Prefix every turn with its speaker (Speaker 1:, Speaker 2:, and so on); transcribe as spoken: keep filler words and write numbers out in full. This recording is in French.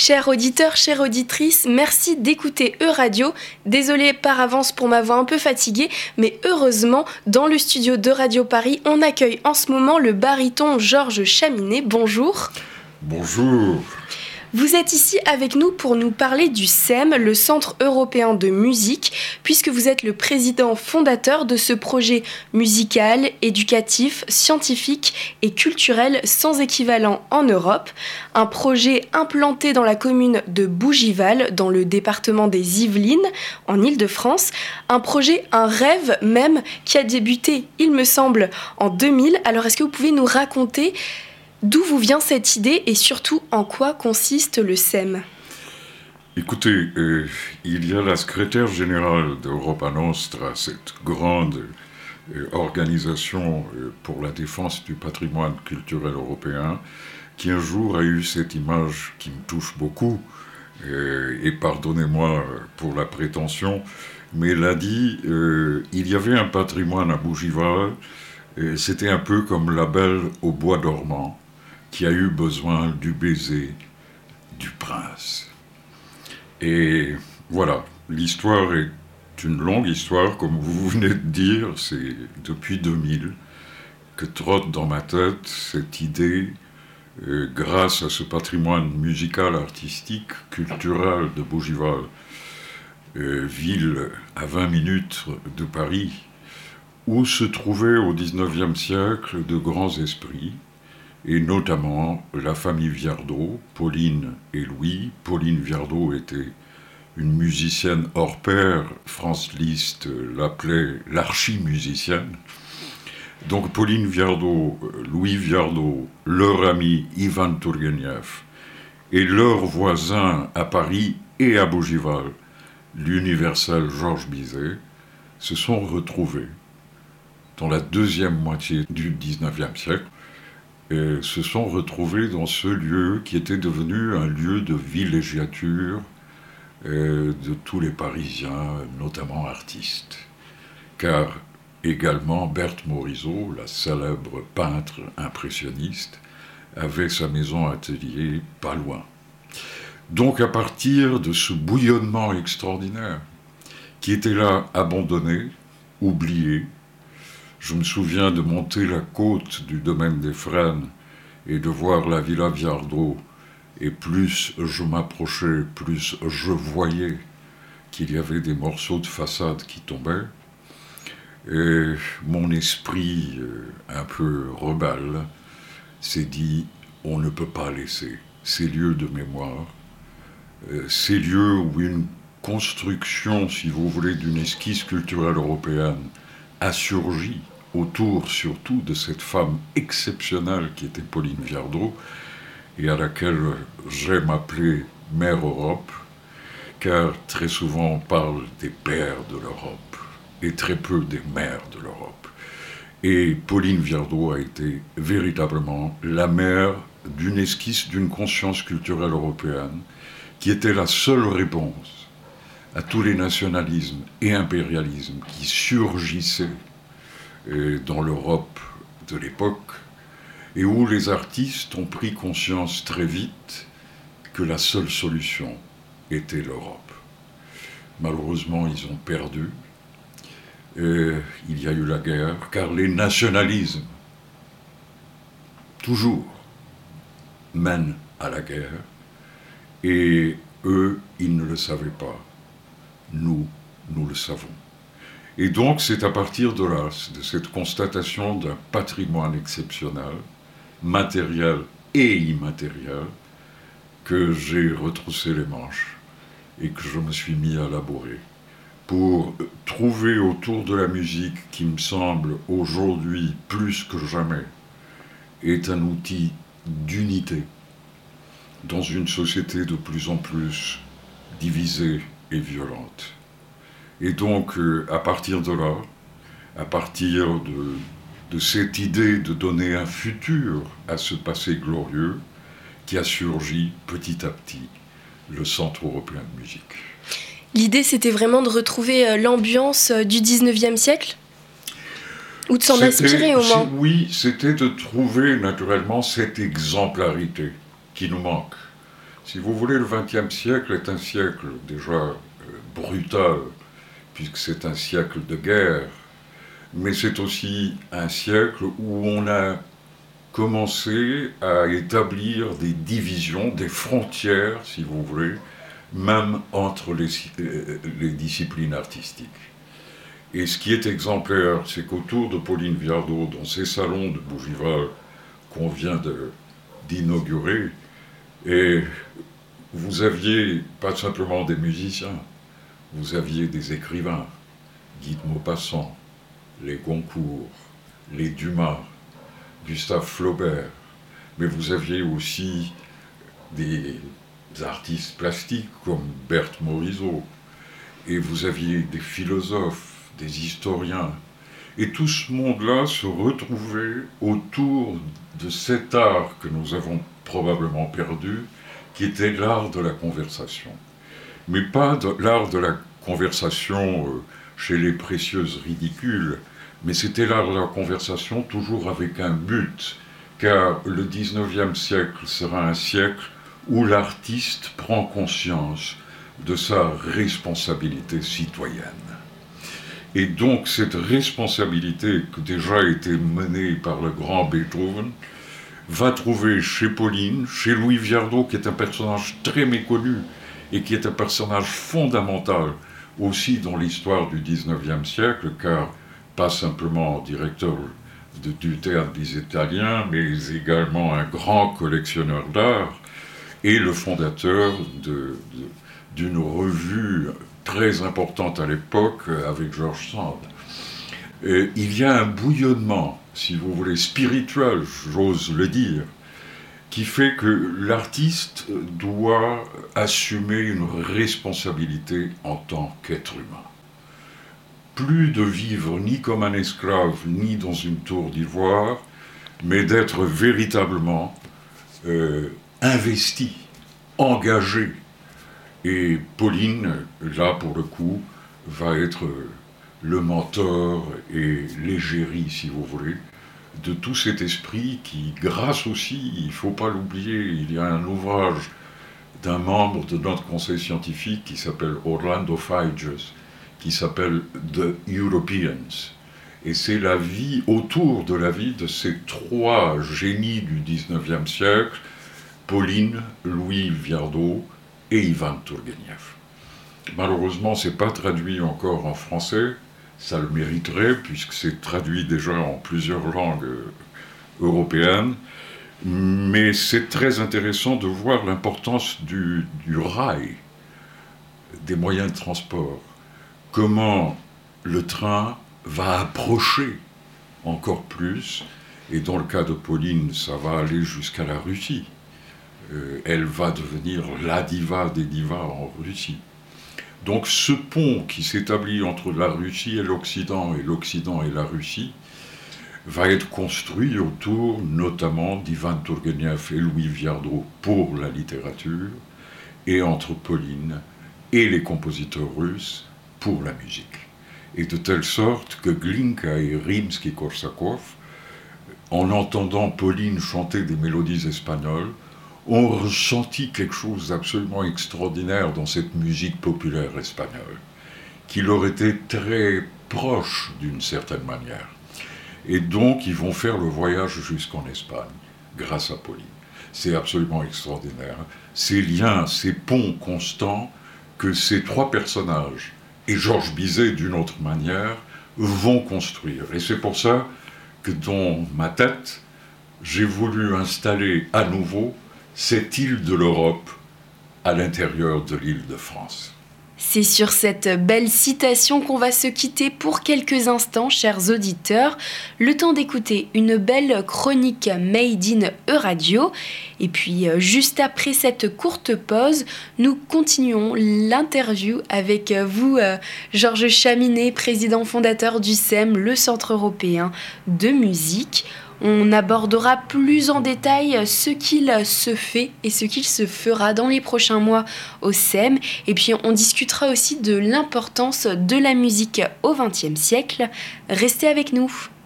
Speaker 1: Chers auditeurs, chères auditrices, merci d'écouter E-Radio. Désolée par avance pour ma voix un peu fatiguée, mais heureusement, dans le studio de Radio Paris, on accueille en ce moment le baryton Georges Chaminet. Bonjour.
Speaker 2: Bonjour.
Speaker 1: Vous êtes ici avec nous pour nous parler du C E M, le Centre européen de musique, puisque vous êtes le président fondateur de ce projet musical, éducatif, scientifique et culturel sans équivalent en Europe. Un projet implanté dans la commune de Bougival, dans le département des Yvelines, en Île-de-France. Un projet, un rêve même, qui a débuté, il me semble, en deux mille. Alors est-ce que vous pouvez nous raconter d'où vous vient cette idée et surtout en quoi consiste le C E M ?
Speaker 2: Écoutez, euh, il y a la secrétaire générale d'Europa Nostra, cette grande euh, organisation euh, pour la défense du patrimoine culturel européen, qui un jour a eu cette image qui me touche beaucoup, euh, et pardonnez-moi pour la prétention, mais elle a dit, euh, il y avait un patrimoine à Bougival, euh, c'était un peu comme la belle au bois dormant, qui a eu besoin du baiser du prince. Et voilà, l'histoire est une longue histoire, comme vous venez de dire, c'est depuis deux mille que trotte dans ma tête cette idée, euh, grâce à ce patrimoine musical, artistique, culturel de Bougival, euh, ville à vingt minutes de Paris, où se trouvaient au dix-neuvième siècle de grands esprits, et notamment la famille Viardot, Pauline et Louis. Pauline Viardot était une musicienne hors pair, Franz Liszt l'appelait l'archi-musicienne. Donc Pauline Viardot, Louis Viardot, leur ami Ivan Tourguenieff, et leur voisin à Paris et à Bougival, l'universel Georges Bizet, se sont retrouvés dans la deuxième moitié du dix-neuvième siècle, et se sont retrouvés dans ce lieu qui était devenu un lieu de villégiature euh, de tous les Parisiens, notamment artistes. Car également Berthe Morisot, la célèbre peintre impressionniste, avait sa maison-atelier pas loin. Donc à partir de ce bouillonnement extraordinaire, qui était là abandonné, oublié, je me souviens de monter la côte du domaine des Frênes et de voir la Villa Viardot. Et plus je m'approchais, plus je voyais qu'il y avait des morceaux de façade qui tombaient. Et mon esprit, un peu rebelle, s'est dit, on ne peut pas laisser ces lieux de mémoire, ces lieux où une construction, si vous voulez, d'une esquisse culturelle européenne a surgi autour surtout de cette femme exceptionnelle qui était Pauline Viardot et à laquelle j'aime appeler Mère Europe, car très souvent on parle des pères de l'Europe et très peu des mères de l'Europe. Et Pauline Viardot a été véritablement la mère d'une esquisse d'une conscience culturelle européenne qui était la seule réponse à tous les nationalismes et impérialismes qui surgissaient dans l'Europe de l'époque, et où les artistes ont pris conscience très vite que la seule solution était l'Europe. Malheureusement, ils ont perdu. Et il y a eu la guerre, car les nationalismes, toujours, mènent à la guerre, et eux, ils ne le savaient pas. Nous, nous le savons. Et donc, c'est à partir de là, de cette constatation d'un patrimoine exceptionnel, matériel et immatériel, que j'ai retroussé les manches et que je me suis mis à labourer pour trouver autour de la musique qui me semble aujourd'hui plus que jamais est un outil d'unité dans une société de plus en plus divisée et violente. Et donc, euh, à partir de là, à partir de, de cette idée de donner un futur à ce passé glorieux, qui a surgi petit à petit le Centre européen de musique.
Speaker 1: L'idée, c'était vraiment de retrouver l'ambiance du dix-neuvième siècle ? Ou de s'en
Speaker 2: c'était,
Speaker 1: inspirer au moins ?
Speaker 2: Oui, c'était de trouver naturellement cette exemplarité qui nous manque. Si vous voulez, le vingtième siècle est un siècle déjà euh, brutal, puisque c'est un siècle de guerre, mais c'est aussi un siècle où on a commencé à établir des divisions, des frontières, si vous voulez, même entre les, les disciplines artistiques. Et ce qui est exemplaire, c'est qu'autour de Pauline Viardot, dans ces salons de Bougival qu'on vient de, d'inaugurer, et vous aviez pas simplement des musiciens, vous aviez des écrivains, Guy de Maupassant, les Goncourt, les Dumas, Gustave Flaubert, mais vous aviez aussi des artistes plastiques comme Berthe Morisot, et vous aviez des philosophes, des historiens, et tout ce monde-là se retrouvait autour de cet art que nous avons probablement perdu, qui était l'art de la conversation. Mais pas de l'art de la conversation euh, chez les précieuses ridicules, mais c'était l'art de la conversation toujours avec un but, car le dix-neuvième siècle sera un siècle où l'artiste prend conscience de sa responsabilité citoyenne. Et donc cette responsabilité qui déjà été menée par le grand Beethoven va trouver chez Pauline, chez Louis Viardot, qui est un personnage très méconnu et qui est un personnage fondamental aussi dans l'histoire du dix-neuvième siècle, car pas simplement directeur de, du Théâtre des Italiens, mais également un grand collectionneur d'art et le fondateur de, de, d'une revue très importante à l'époque avec George Sand. Et il y a un bouillonnement, si vous voulez, spirituel, j'ose le dire, qui fait que l'artiste doit assumer une responsabilité en tant qu'être humain. Plus de vivre ni comme un esclave, ni dans une tour d'ivoire, mais d'être véritablement euh, investi, engagé. Et Pauline, là pour le coup, va être le mentor et l'égérie, si vous voulez, de tout cet esprit qui, grâce aussi, il ne faut pas l'oublier, il y a un ouvrage d'un membre de notre conseil scientifique qui s'appelle Orlando Figes, qui s'appelle The Europeans. Et c'est la vie, autour de la vie de ces trois génies du dix-neuvième siècle, Pauline, Louis Viardot et Ivan Tourguenieff. Malheureusement, ce n'est pas traduit encore en français, ça le mériterait, puisque c'est traduit déjà en plusieurs langues européennes, mais c'est très intéressant de voir l'importance du, du rail, des moyens de transport, comment le train va approcher encore plus, et dans le cas de Pauline, ça va aller jusqu'à la Russie. Euh, elle va devenir la diva des divas en Russie. Donc ce pont qui s'établit entre la Russie et l'Occident, et l'Occident et la Russie, va être construit autour notamment d'Ivan Tourguenieff et Louis Viardot pour la littérature, et entre Pauline et les compositeurs russes pour la musique. Et de telle sorte que Glinka et Rimsky-Korsakov, en entendant Pauline chanter des mélodies espagnoles, ont ressenti quelque chose d'absolument extraordinaire dans cette musique populaire espagnole, qui leur était très proche d'une certaine manière. Et donc, ils vont faire le voyage jusqu'en Espagne, grâce à Pauline. C'est absolument extraordinaire. Ces liens, ces ponts constants que ces trois personnages, et Georges Bizet d'une autre manière, vont construire. Et c'est pour ça que dans ma tête, j'ai voulu installer à nouveau cette île de l'Europe à l'intérieur de l'île de France.
Speaker 1: C'est sur cette belle citation qu'on va se quitter pour quelques instants, chers auditeurs. Le temps d'écouter une belle chronique Made in Euradio. Et puis, juste après cette courte pause, nous continuons l'interview avec vous, Georges Chaminet, président fondateur du C E M, le Centre européen de musique. On abordera plus en détail ce qu'il se fait et ce qu'il se fera dans les prochains mois au C E M. Et puis on discutera aussi de l'importance de la musique au vingtième siècle. Restez avec nous.